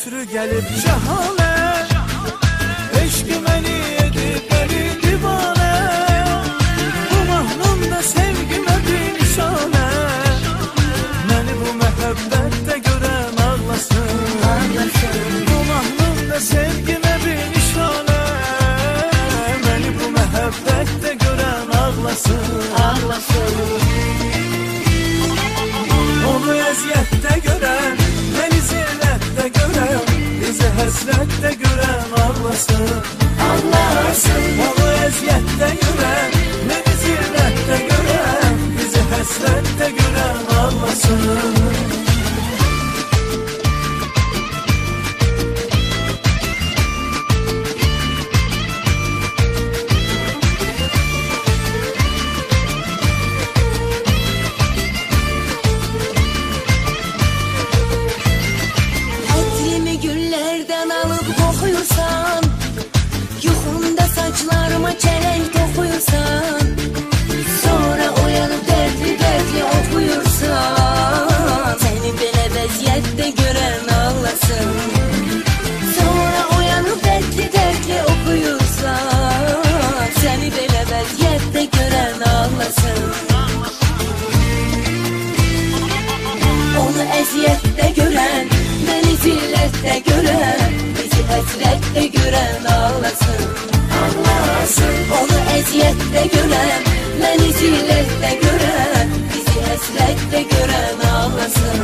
ötürü gelip cahane, eşki məni edib beni divane. Bu mahnımda sevgime bir nişane, məni bu məhəbbətdə görən ağlasın. Bu mahnımda sevgime bir nişane, məni bu məhəbbətdə görən ağlasın. Onu əziyyətdə görən, məni zillətdə görən, bizi həsrətdə görən ağlasın. Onu əziyyətdə görən, məni zillətdə görən, bizi həsrətdə görən ağlasın. Saçlarıma çelenk dokuyursan, sonra uyanıp dertli okuyursan, seni belə vəziyyətdə görən ağlasın. Sonra uyanıp dertli okuyursan, seni belə vəziyyətdə görən ağlasın. Onu əziyyətdə görən, məni zillətdə görən, bizi həsrətdə görən ağlasın. Onu əziyyətdə görən, məni zillətdə görən, bizi həsrətdə görən ağlasın.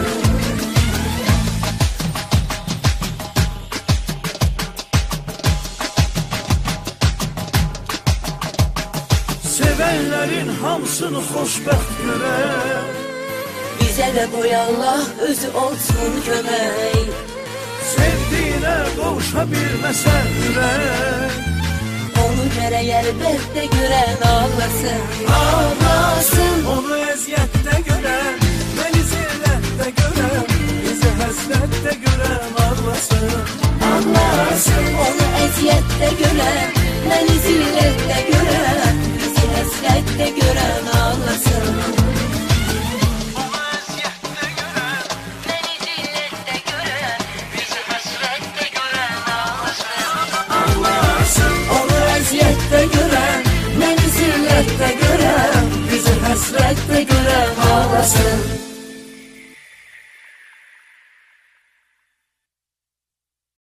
Sevənlərin hamısını xoşbəxt görən, bizə də qoy Allah özü olsun kömək. Sevdiyinə qovuşa bilməsən ürək, onu gərək əlbəttə görən ağlasın. Onu əziyyətdə görən, məni zillətdə görən, bizi həsrətdə görən ağlasın. Onu əziyyətdə görən, məni zillətdə görən, bizi həsrətdə görən ağlasın. Həsrətdə görən, bizi həsrətdə görən ağlasın.